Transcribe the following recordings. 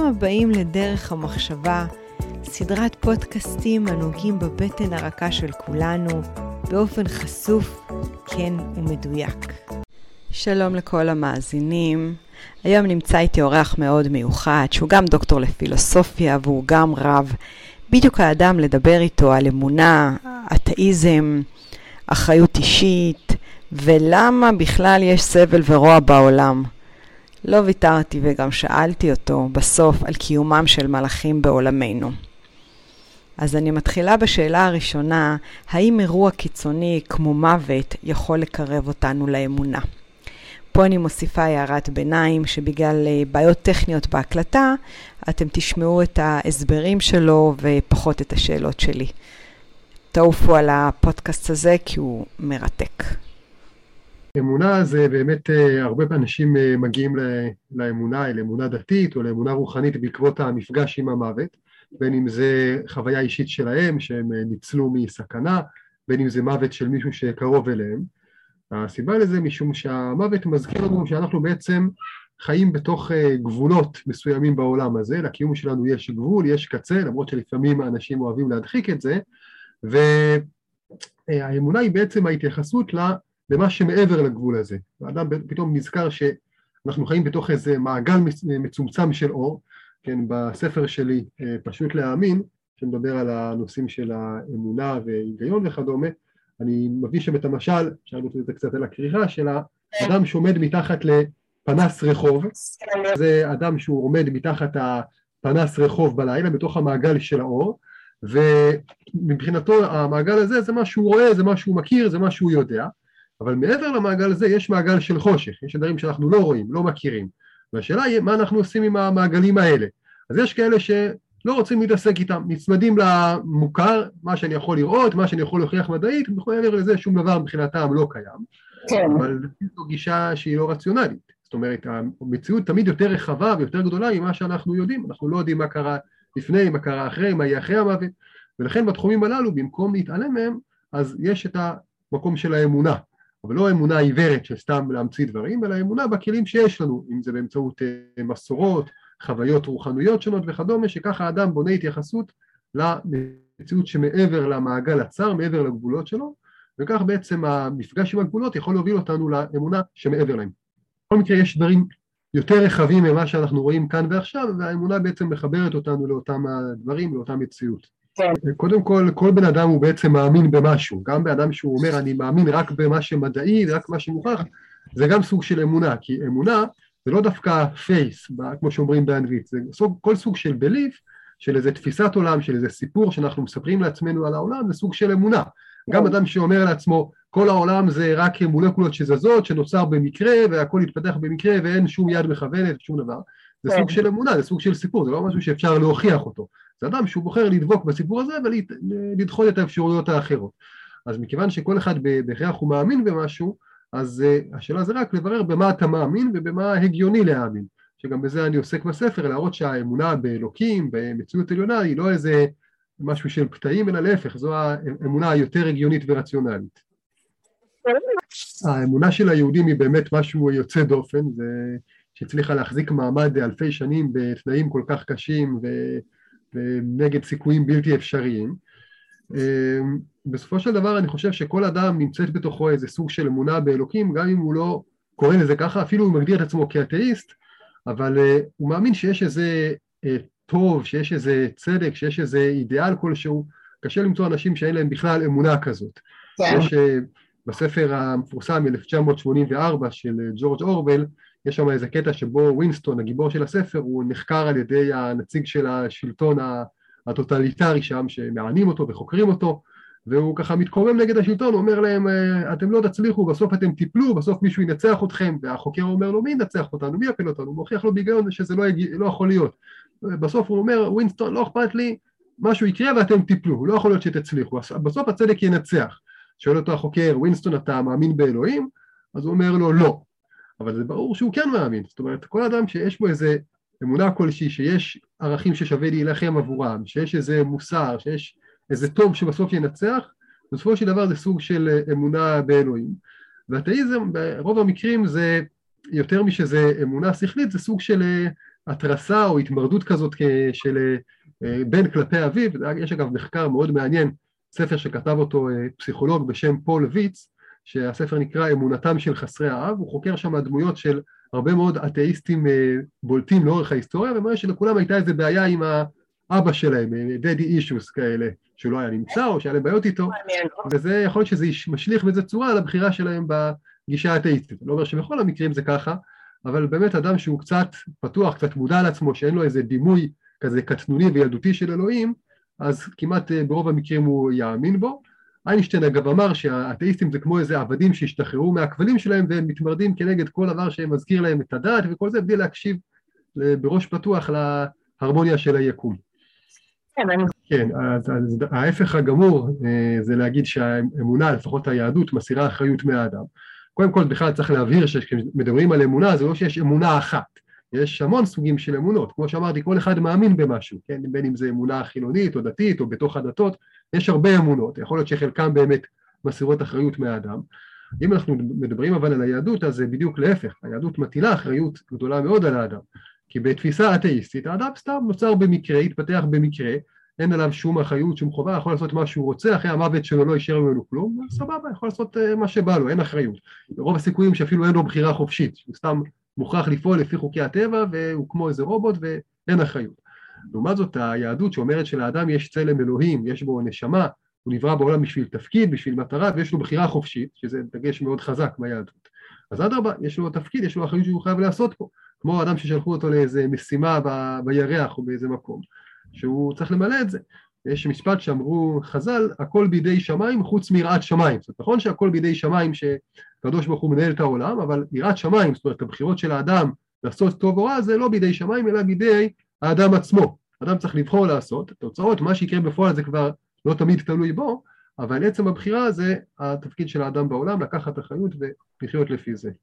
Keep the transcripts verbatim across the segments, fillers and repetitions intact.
הבאים לדרך המחשבה, סדרת פודקאסטים הנוגעים בבטן הרכה של כולנו, באופן חשוף, כן ומדויק. שלום לכל המאזינים. היום נמצא איתי אורח מאוד מיוחד, שהוא גם דוקטור לפילוסופיה והוא גם רב. בדיוק האדם לדבר איתו על אמונה, אתאיזם, אחריות אישית, ולמה בכלל יש סבל ורוע בעולם. לא ויתרתי וגם שאלתי אותו בסוף על קיומם של מלאכים בעולמנו. אז אני מתחילה בשאלה הראשונה, האם אירוע קיצוני כמו מוות יכול לקרב אותנו לאמונה? פה אני מוסיפה הערת ביניים שבגלל בעיות טכניות בהקלטה, אתם תשמעו את ההסברים שלו ופחות את השאלות שלי. תעופו על הפודקאסט הזה כי הוא מרתק. אמונה זה באמת, הרבה אנשים מגיעים לאמונה, לאמונה דתית או לאמונה רוחנית בעקבות המפגש עם המוות, בין אם זה חוויה אישית שלהם שהם ניצלו מסכנה, בין אם זה מוות של מישהו שקרוב אליהם. הסיבה לזה משום שהמוות מזכיר לנו שאנחנו בעצם חיים בתוך גבולות מסוימים בעולם הזה, לקיום שלנו יש גבול, יש קצה, למרות שלפעמים האנשים אוהבים להדחיק את זה, והאמונה היא בעצם ההתייחסות למה שמעבר לגבול הזה. האדם פתאום נזכר שאנחנו חיים בתוך איזה מעגל מצומצם של אור, כן, בספר שלי פשוט להאמין, שמדבר על הנושאים של האמונה והיגיון וכדומה, אני מביא שם את המשל, שאלנו את זה קצת על הכריכה, של האדם שעומד מתחת לפנס רחוב, זה אדם שהוא עומד מתחת הפנס רחוב בלילה, בתוך המעגל של האור, ומבחינתו המעגל הזה זה מה שהוא רואה, זה מה שהוא מכיר, זה מה שהוא יודע, אבל מעבר למעגל הזה יש מעגל של חושך, יש דברים שאנחנו לא רואים, לא מכירים, והשאלה היא מה אנחנו עושים עם המעגלים האלה. אז יש כאלה שלא רוצים להתעסק איתם, נצמדים למוכר, מה שאני יכול לראות, מה שאני יכול להוכיח מדעית, מעבר לזה שום דבר מבחינתם לא קיים, כן. אבל זו גישה שהיא לא רציונלית, זאת אומרת המציאות תמיד יותר רחבה ויותר גדולה ממה שאנחנו יודעים, אנחנו לא יודעים מה קרה לפני, מה קרה אחרי, מה יהיה אחרי המוות, ולכן בתחומים הללו במקום להתעלם מהם, אז יש את המקום של האמונה, אבל לא אמונה עיוורת של סתם להמציא דברים, אלא אמונה בכלים שיש לנו, אם זה באמצעות מסורות, חוויות רוחניות שונות וכדומה, שככה האדם בונה התייחסות למציאות שמעבר למעגל הצר, מעבר לגבולות שלו, וכך בעצם המפגש עם הגבולות יכול להוביל אותנו לאמונה שמעבר להם. בכל מקרה יש דברים יותר רחבים ממה שאנחנו רואים כאן ועכשיו, והאמונה בעצם מחברת אותנו לאותם הדברים, לאותה מציאות. כן. קודם כל, כל בן אדם הוא בעצם מאמין במשהו, גם באדם שהוא אומר אני מאמין רק במה שמדעי, רק מה שמוכח, זה גם סוג של אמונה, כי אמונה זה לא דווקא פייס, כמו שאומרים באנגלית, זה סוג, כל סוג של בליף, של איזה תפיסת עולם, של איזה סיפור שאנחנו מספרים לעצמנו על העולם, זה סוג של אמונה. גם אדם שאומר לעצמו, כל העולם זה רק מולקולות שזזות, שנוצר במקרה, והכל יתפתח במקרה, ואין שום יד מכוונת, שום דבר. זה סוג של אמונה, זה סוג של סיפור, זה לא משהו שאפשר להוכיח אותו. זה אדם שהוא בוחר לדבוק בסיפור הזה, ולדחות את האפשרויות האחרות. אז מכיוון שכל אחד בהכרח הוא מאמין במשהו, אז השאלה זה רק לברר במה אתה מאמין, ובמה הגיוני להאמין. שגם בזה אני עוסק בספר, להראות שהאמונה באלוקים, במציאות עליונה, היא לא איזה משהו של פתאים, אלא להפך, זו האמונה היותר הגיונית ורציונלית. האמונה של היהודים היא באמת משהו יוצא דופן, שהצליחה להחזיק מעמד אלפי שנים בתנאים כל כך קשים ונגד סיכויים בלתי אפשריים. בסופו של דבר אני חושב שכל אדם נמצאת בתוכו איזה סוג של אמונה באלוקים, גם אם הוא לא קורא לזה ככה, אפילו הוא מגדיר את עצמו כאתאיסט, אבל הוא מאמין שיש איזה טוב, שיש איזה צדק, שיש איזה אידיאל כלשהו. קשה למצוא אנשים שאין להם בכלל אמונה כזאת. יש בספר המפורסם מ-אלף תשע מאות שמונים וארבע של ג'ורג' אורוול, יש שם איזה קטע שבו ווינסטון, הגיבור של הספר, הוא נחקר על ידי הנציג של השלטון הטוטליטרי שם, שמענים אותו וחוקרים אותו, והוא ככה מתקומם נגד השלטון, הוא אומר להם, אתם לא תצליחו, בסוף אתם תיפלו, בסוף מישהו ינצח אתכם, והחוקר אומר לו, מי ינצח אותנו, מי יפיל אותנו, הוא מוכיח לו בהיגיון שזה לא, יגיע, לא יכול להיות. בסוף הוא אומר, ווינסטון, לא אכפת לי, משהו יקרה ואתם תיפלו, לא יכול להיות שתצליחו, בסוף הצדק ינצח. שואל אותו החוקר, ווינסטון, אתה מאמין באלוהים? אז הוא אומר לו, לא. אבל זה ברור שהוא כן מאמין, זאת אומרת, כל אדם שיש בו איזה אמונה כלשהי, שיש ערכים ששווה להילחם עבורם, שיש איזה מוסר, שיש איזה טוב שבסוף ינצח, בסופו של דבר זה סוג של אמונה באלוהים. והאתאיזם ברוב המקרים זה יותר משזה אמונה שכלית, זה סוג של התרסה או התמרדות כזאת של בן כלפי אביו. יש אגב מחקר מאוד מעניין, ספר שכתב אותו פסיכולוג בשם פול ויץ, שהספר נקרא אמונתם של חסרי האב. הוא חוקר שם הדמויות של הרבה מאוד אתאיסטים בולטים לאורך ההיסטוריה, ומראה שלכולם הייתה איזו בעיה עם האבא שלהם, דדי אישוס כאלה, שהוא לא היה נמצא או שהיה להם בעיות איתו, וזה יכול להיות שזה משליך באיזו צורה על הבחירה שלהם בגישה האתאיסטית. אני לא אומר שבכל המקרים זה ככה, אבל באמת אדם שהוא קצת פתוח, קצת מודע על עצמו, שאין לו איזה דימוי כזה קטנוני וילדותי של אלוהים, אז כמעט ברוב המקרים הוא יאמין בו. איינשטיין אגב אמר שהאתאיסטים זה כמו איזה עבדים שהשתחררו מהכבלים שלהם, והם מתמרדים כנגד כל דבר שמזכיר להם את הדת וכל זה, בלי להקשיב בראש פתוח להרמוניה של היקום. כן, אז, אז ההפך הגמור זה להגיד שהאמונה, לפחות היהדות, מסירה אחריות מהאדם. קודם כל בכלל צריך להבהיר שכשמדברים על אמונה, זה לא שיש אמונה אחת. יש המון סוגים של אמונות, כמו שאמרתי, כל אחד מאמין במשהו, כן? בין אם זה אמונה חילונית או דתית או בתוך הדתות, יש הרבה אמונות, יכול להיות שחלקם באמת מסירות אחריות מהאדם. אם אנחנו מדברים אבל על היהדות, אז זה בדיוק להפך, היהדות מטילה אחריות גדולה מאוד על האדם, כי בתפיסה אתאיסטית, האדם סתם נוצר במקרה, התפתח במקרה, אין עליו שום אחריות, שום חובה, יכול לעשות מה שהוא רוצה, אחרי המוות שלו לא יישאר ממנו כלום, סבבה, יכול לעשות מה שבא לו, אין אחריות. ברוב הסיכויים שאפילו אין לו בחירה חופשית, הוא סתם מוכרח לפעול לפי חוקי הטבע, והוא כמו איזה רובוט ואין אחריות. לעומת זאת, היהדות שאומרת שלאדם יש צלם אלוהים, יש בו נשמה, הוא נברא בעולם בשביל תפקיד, בשביל מטרה, ויש לו בחירה חופשית, שזה דגש מאוד חזק ביהדות. אז אדרבה, יש לו תפקיד, יש לו אחריות שהוא חייב לעשות פה, כמו האדם ששלחו אותו לאיזה משימה ב- בירח או באיזה מקום, שהוא צריך למלא את זה. יש משפט שאמרו חז"ל, הכל בידי שמיים חוץ מיראת שמיים. זאת אומרת, נכון שהכל בידי שמיים שקדוש ברוך הוא מנהל את העולם, אבל יראת שמיים, זאת אומרת, הבחירות של האדם לעשות טוב או רע, זה לא בידי שמיים, אלא בידי האדם עצמו. האדם צריך לבחור לעשות, התוצאות, מה שיקרה בפועל זה כבר לא תמיד תלוי בו, אבל עצם הבחירה זה התפקיד של האדם בעולם, לקחת אחריות ולחיות לפי זה.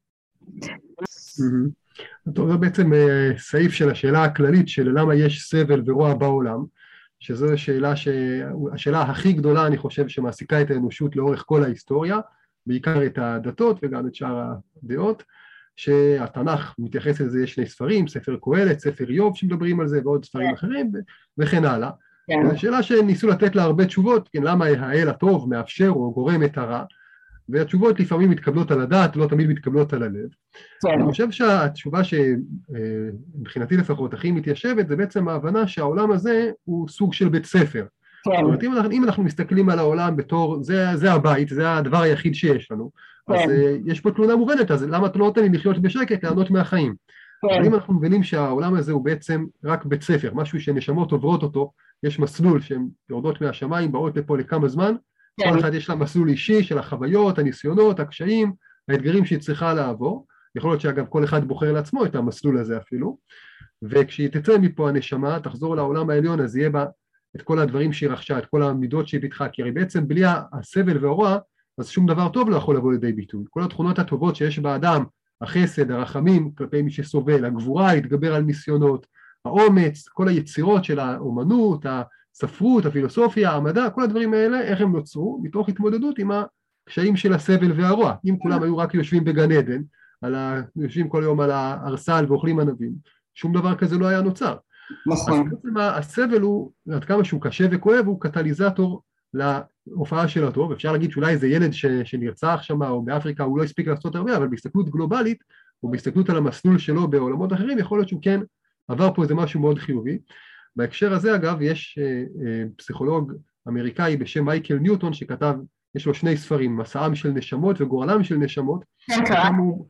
טוב, זה בעצם סעיף של השאלה הכללית של למה יש סבל ורוע בעולם, שזו שאלה ש... השאלה הכי גדולה אני חושב שמעסיקה את האנושות לאורך כל ההיסטוריה, בעיקר את הדתות וגם את שאר הדעות, שהתנ"ך מתייחס לזה, יש שני ספרים, ספר קהלת, ספר איוב שמדברים על זה ועוד ספרים אחרים וכן הלאה. השאלה שניסו לתת לה הרבה תשובות, כן, למה האל הטוב מאפשר או גורם את הרע, והתשובות לפעמים מתקבלות על הדעת, לא תמיד מתקבלות על הלב. אני חושב שהתשובה שמבחינתי לפחות הכי מתיישבת, זה בעצם ההבנה שהעולם הזה הוא סוג של בית ספר. זאת אומרת, אם אנחנו, אם אנחנו מסתכלים על העולם בתור, זה, זה הבית, זה הדבר היחיד שיש לנו, אז יש פה תלונה מובנת, אז למה אתה לא נותן לי לחיות בשקט, לענות מהחיים? אבל אם אנחנו מבינים שהעולם הזה הוא בעצם רק בית ספר, משהו שנשמות עוברות אותו, יש מסלול שהן יורדות מהשמיים, באות לפה לכמה זמן, כל אחד יש לה מסלול אישי של החוויות, הניסיונות, הקשיים, האתגרים שהיא צריכה לעבור, יכול להיות שאגב כל אחד בוחר לעצמו את המסלול הזה אפילו, וכשהיא תצא מפה הנשמה, תחזור לעולם העליון, אז יהיה בה את כל הדברים שהיא רכשה, את כל המידות שהיא פיתחה, כי הרי בעצם בלי הסבל והרוע, אז שום דבר טוב לא יכול לבוא לידי ביטוי. כל התכונות הטובות שיש באדם, החסד, הרחמים כלפי מי שסובל, הגבורה, להתגבר על ניסיונות, האומץ, כל היצירות של האומנות, הספרות, הפילוסופיה, המדע, כל הדברים האלה, איך הם נוצרו? מתוך התמודדות עם הקשיים של הסבל והרוע. אם כולם היו רק יושבים בגן עדן, על ה... יושבים כל יום על הארסל ואוכלים ענבים, שום דבר כזה לא היה נוצר. נכון. אז בעצם הסבל הוא, עד כמה שהוא קשה וכואב, הוא קטליזטור להופעה של הטוב. אפשר להגיד שאולי איזה ילד ש... שנרצח שם, או באפריקה, הוא לא הספיק לעשות הרבה, אבל בהסתכלות גלובלית, או בהסתכלות על המסלול שלו בעולמות אחרים, יכול להיות שהוא כן עבר פה איזה משהו מאוד חיובי. בהקשר הזה, אגב, יש פסיכולוג אמריקאי בשם מייקל ניוטון, שכתב, יש לו שני ספרים, מסעם של נשמות וגורלם של נשמות, ששם הוא,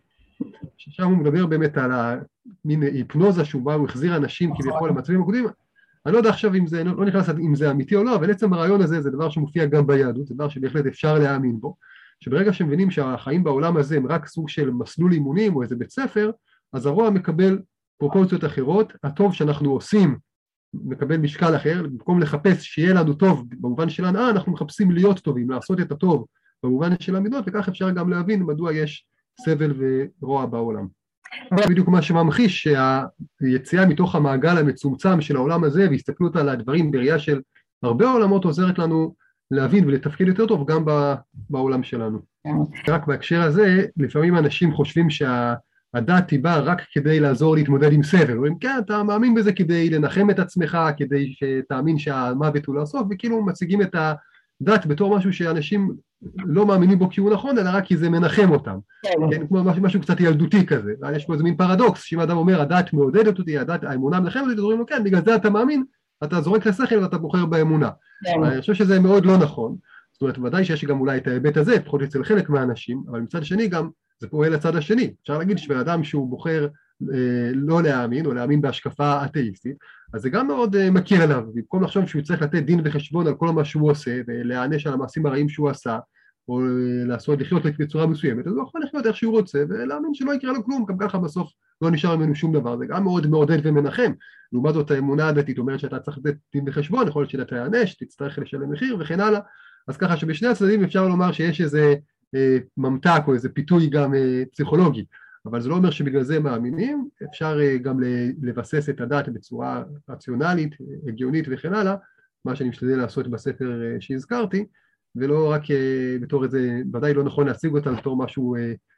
ששם הוא מדבר באמת על המין היפנוזה שהוא בא, הוא החזיר אנשים כביכול למצבים הקודמים. אני לא יודע עכשיו אם זה, לא נכנס אם זה אמיתי או לא, אבל עצם הרעיון הזה זה דבר שמופיע גם ביהדות, זה דבר שבהחלט אפשר להאמין בו, שברגע שמבינים שהחיים בעולם הזה הם רק סוג של מסלול אימונים או איזה בית ספר, אז הרוע מקבל פרופורציות אחרות, הטוב שאנחנו עושים מקבל משקל אחר, במקום לחפש שיהיה לנו טוב במובן של הנאה, אנחנו מחפשים להיות טובים, לעשות את הטוב במובן של המידות, וכך אפשר גם להבין מדוע יש סבל ורוע בעולם. זה בדיוק מה שממחיש שהיציאה מתוך המעגל המצומצם של העולם הזה, והסתכלות על הדברים בראייה של הרבה עולמות, עוזרת לנו להבין ולתפקיד יותר טוב גם בעולם שלנו. רק בהקשר הזה, לפעמים אנשים חושבים שה... הדת היא באה רק כדי לעזור להתמודד עם סבל, אומרים כן, אתה מאמין בזה כדי לנחם את עצמך, כדי שתאמין שהמוות הוא לא הסוף, וכאילו מציגים את הדת בתור משהו שאנשים לא מאמינים בו כי הוא נכון, אלא רק כי זה מנחם אותם, כן, כמו משהו, משהו קצת ילדותי כזה, יש פה איזה מין פרדוקס, שאם אדם אומר הדת מעודדת אותי, הדת, האמונה מנחמת אותי, אומרים לו כן, בגלל זה אתה מאמין, אתה זורק לשכל ואתה בוחר באמונה. אני חושב שזה מאוד לא נכון, זאת אומרת, ודאי שיש גם אולי את ההיבט הזה, לפחות אצל חלק מהאנשים, אבל מצד שני גם זה פועל לצד השני. אפשר להגיד שבאדם שהוא בוחר אה, לא להאמין, או להאמין בהשקפה אתאיסטית, אז זה גם מאוד אה, מכיר עליו, במקום לחשוב שהוא צריך לתת דין וחשבון על כל מה שהוא עושה, ולהענש על המעשים הרעים שהוא עשה, או אה, לעשות לחיות בצורה מסוימת, אז הוא יכול לחיות איך שהוא רוצה, ולהאמין שלא יקרה לו כלום, גם ככה בסוף לא נשאר ממנו שום דבר, זה גם מאוד מעודד ומנחם. לעומת זאת האמונה הדתית אומרת שאתה צריך לתת דין וחשבון, יכול להיות שאתה יענש, תצטרך לשלם מחיר וכן הלאה, אז ככה שבשני הצדדים אפשר לומר שיש איזה ממתק או איזה פיתוי גם פסיכולוגי, אבל זה לא אומר שבגלל זה מאמינים, אפשר גם לבסס את הדת בצורה רציונלית, הגיונית וכן הלאה, מה שאני משתדל לעשות בספר שהזכרתי, ולא רק בתור איזה, ודאי לא נכון להציג אותה בתור משהו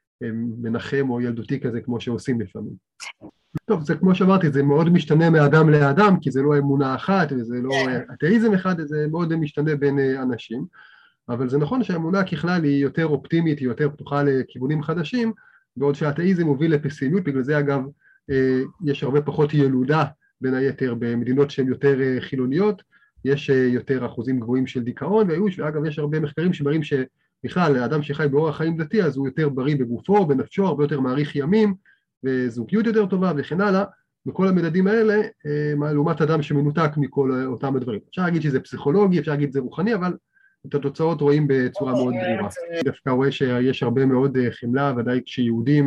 מנחם או ילדותי כזה כמו שעושים לפעמים. טוב, זה כמו שאמרתי, זה מאוד משתנה מאדם לאדם, כי זה לא אמונה אחת וזה לא אתאיזם אחד, זה מאוד משתנה בין אנשים, אבל זה נכון שהאמונה ככלל היא יותר אופטימית, היא יותר פתוחה לכיוונים חדשים, בעוד שהאתאיזם מוביל לפסימיות, בגלל זה אגב יש הרבה פחות ילודה בין היתר במדינות שהן יותר חילוניות, יש יותר אחוזים גבוהים של דיכאון והייאוש, ואגב יש הרבה מחקרים שמראים שבכלל האדם שחי באורח חיים דתי אז הוא יותר בריא בגופו, בנפשו, הרבה יותר מאריך ימים, וזוגיות יותר טובה וכן הלאה, וכל המדדים האלה, לעומת אדם שמנותק מכל אותם הדברים. אפשר להגיד שזה פסיכולוגי, אפשר להגיד שזה רוחני, אבל את התוצאות רואים בצורה מאוד ברורה. דווקא רואה שיש הרבה מאוד חמלה, ודאי כשיהודים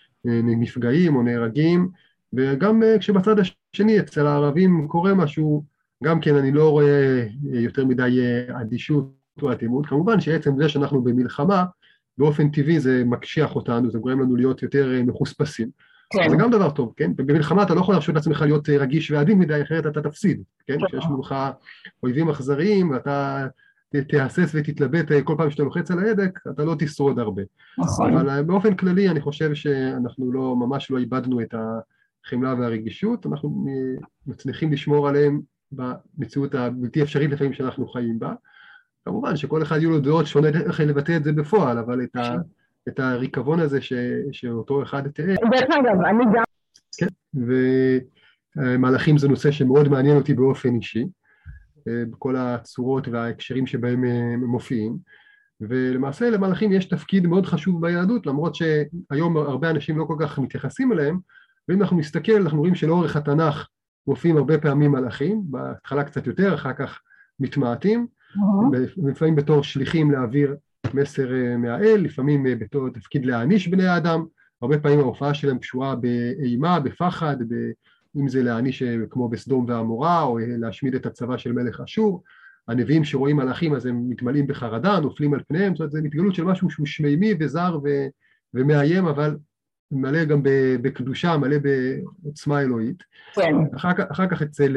נפגעים או נהרגים, וגם כשבצד השני אצל הערבים קורה משהו, גם כן אני לא רואה יותר מדי אדישות או אטימות. כמובן שעצם זה שאנחנו במלחמה, באופן טבעי זה מקשיח אותנו, זה גורם לנו להיות יותר מחוספסים. זה גם דבר טוב, כן? במלחמה אתה לא יכול להרשות לעצמך להיות רגיש ועדין מדי, אחרת אתה תפסיד, כן? כשיש מולך אויבים אכזריים, ואתה תהסס ותתלבט כל פעם שאתה לוחץ על ההדק, אתה לא תשרוד הרבה. אבל באופן כללי אני חושב שאנחנו לא, ממש לא איבדנו את החמלה והרגישות, אנחנו מצליחים לשמור עליהם במציאות הבלתי אפשרית לפעמים שאנחנו חיים בה. כמובן שכל אחד יהיו לו דעות שונות איך לבטא את זה בפועל, אבל את ה... את הריקבון הזה ש... שאותו אחד תראה. דרך אגב, אני גם... כן, ומהלכים זה נושא שמאוד מעניין אותי באופן אישי, בכל הצורות וההקשרים שבהם הם מופיעים, ולמעשה למהלכים יש תפקיד מאוד חשוב ביהדות, למרות שהיום הרבה אנשים לא כל כך מתייחסים אליהם, ואם אנחנו נסתכל, אנחנו רואים שלאורך התנ"ך מופיעים הרבה פעמים מלאכים, בהתחלה קצת יותר, אחר כך מתמעטים, לפעמים בתור שליחים להעביר מסר מהאל, לפעמים בתור תפקיד להעניש בני האדם, הרבה פעמים ההופעה שלהם קשורה באימה, בפחד, ב... אם זה להעניש כמו בסדום ועמורה, או להשמיד את הצבא של מלך אשור. הנביאים שרואים מלאכים אז הם מתמלאים בחרדה, נופלים על פניהם, זאת אומרת זה מתגלות של משהו שהוא שמימי וזר ו... ומאיים, אבל מלא גם בקדושה, מלא בעוצמה אלוהית. כן. אחר כך, אחר כך אצל,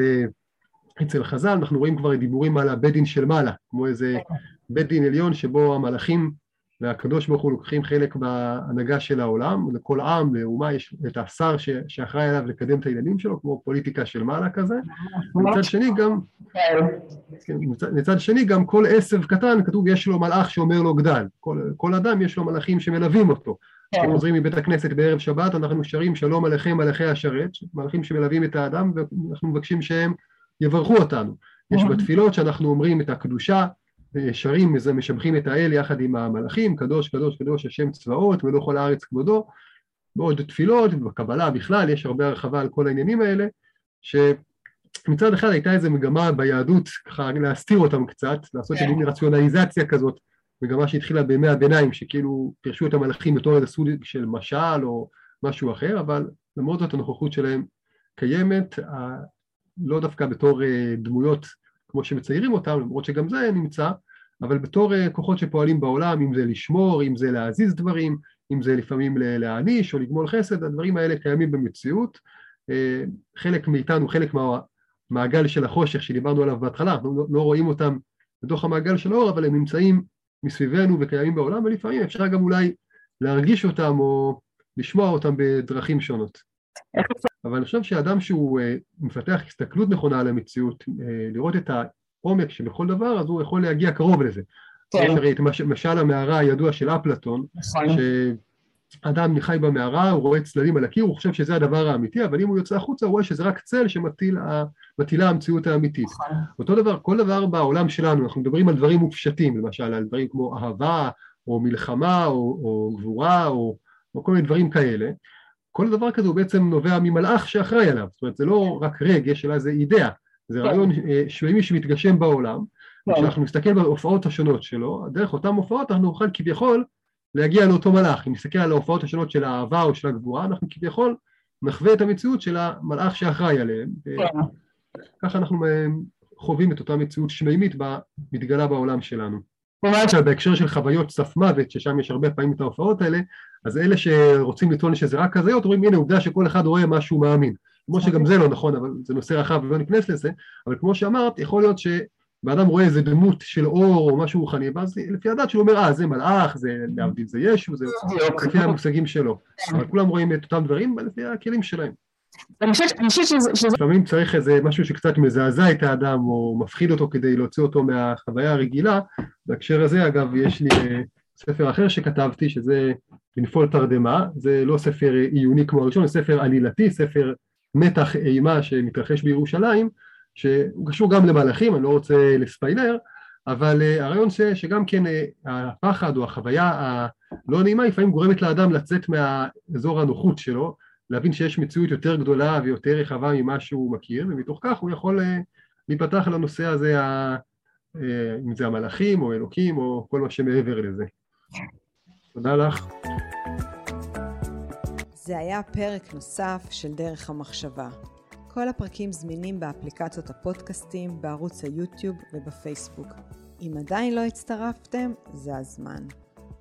אצל חז"ל אנחנו רואים כבר דיבורים על הבית דין של מעלה, כמו איזה בית דין עליון שבו המלאכים והקדוש ברוך הוא לוקחים חלק בהנהגה של העולם, לכל עם, לאומה יש את השר שאחראי עליו לקדם את העניינים שלו, כמו פוליטיקה של מעלה כזה, ומצד שני גם, מצד שני גם כל עשב קטן כתוב יש לו מלאך שאומר לו גדל, כל, כל אדם יש לו מלאכים שמלווים אותו, כשאנחנו עוזרים מבית הכנסת בערב שבת אנחנו שרים שלום עליכם מלאכי השרת, מלאכים שמלווים את האדם ואנחנו מבקשים שהם יברכו אותנו, יש בתפילות שאנחנו אומרים את הקדושה, שרים משבחים את האל יחד עם המלאכים, קדוש קדוש קדוש השם צבאות מלוא כל הארץ כבודו, בעוד תפילות ובקבלה בכלל יש הרבה הרחבה על כל העניינים האלה, שמצד אחד הייתה איזו מגמה ביהדות ככה להסתיר אותם קצת, לעשות איזו רציונליזציה כזאת, מגמה שהתחילה בימי הביניים שכאילו פרשו את המלאכים בתור איזה סוג של משל או משהו אחר, אבל למרות זאת הנוכחות שלהם קיימת, לא דווקא בתור דמויות כמו שמציירים אותם, למרות שגם זה נמצא, אבל בתור כוחות שפועלים בעולם, אם זה לשמור, אם זה להזיז דברים, אם זה לפעמים להעניש או לגמול חסד, הדברים האלה קיימים במציאות. חלק מאיתנו, חלק מהמעגל של החושך שדיברנו עליו בהתחלה, אנחנו לא רואים אותם בתוך המעגל של האור, אבל הם נמצאים מסביבנו וקיימים בעולם, ולפעמים אפשר גם אולי להרגיש אותם או לשמוע אותם בדרכים שונות. אבל אני חושב שאדם שהוא מפתח הסתכלות נכונה על המציאות, לראות את העומק שבכל דבר, אז הוא יכול להגיע קרוב לזה. יש הרי את משל המערה הידוע של אפלטון, שאדם חי במערה, הוא רואה צללים על הקיר, הוא חושב שזה הדבר האמיתי, אבל אם הוא יוצא החוצה, הוא רואה שזה רק צל שמטילה המציאות האמיתית. אותו דבר, כל דבר בעולם שלנו, אנחנו מדברים על דברים מופשטים, למשל, על דברים כמו אהבה, או מלחמה, או, או גבורה, או, או כל מיני דברים כאלה. כל דבר כזה הוא בעצם נובע ממלאך שאחראי עליו, זאת אומרת, זה לא רק רגש, אלא זה אידאה, זה רעיון שמימי שמתגשם בעולם, וכשאנחנו נסתכל בהופעות השונות שלו, דרך אותם הופעות אנחנו נוכל כביכול להגיע לאותו מלאך. אם נסתכל על ההופעות השונות של האהבה או של הגבורה, אנחנו כביכול נחווה את המציאות של המלאך שאחראי עליהם, וככה אנחנו חווים את אותה מציאות שמימית מתגלה בעולם שלנו. בהקשר של חוויות סף מוות, ששם יש הרבה פעמים את ההופעות האלה, אז אלה שרוצים לטעון שזה רק כזיות, אומרים, הנה, עובדה שכל אחד רואה מה שהוא מאמין. כמו שגם זה לא נכון, אבל זה נושא רחב ולא נכנס לזה, אבל כמו שאמרת, יכול להיות שבאדם רואה איזה דמות של אור או משהו רוחני, ואז לפי הדת שלו אומר, אה, זה מלאך, זה להבדיל, זה ישו, זה לפי המושגים שלו. אבל כולם רואים את אותם דברים לפי הכלים שלהם. אני חושבת שזה... לפעמים צריך איזה משהו שקצת מזעזע את האדם, או מפחיד אותו כדי להוציא אותו מהחוויה הרגילה. בהקשר הזה, אגב, יש לי ספר אחר שכתבתי, שזה בנפול תרדמה, זה לא ספר עיוני כמו הראשון, זה ספר עלילתי, ספר מתח אימה שמתרחש בירושלים, שהוא קשור גם למלאכים, אני לא רוצה לספיילר, אבל הרעיון ש, שגם כן הפחד או החוויה הלא נעימה, לפעמים גורמת לאדם לצאת מהאזור הנוחות שלו, להבין שיש מציאות יותר גדולה ויותר רחבה ממה שהוא מכיר, ומתוך כך הוא יכול להיפתח לנושא הזה, אם זה המלאכים או אלוקים או כל מה שמעבר לזה. תודה לך. זה היה פרק נוסף של דרך המחשבה. כל הפרקים זמינים באפליקציות הפודקאסטים, בערוץ היוטיוב ובפייסבוק. אם עדיין לא הצטרפתם, זה הזמן.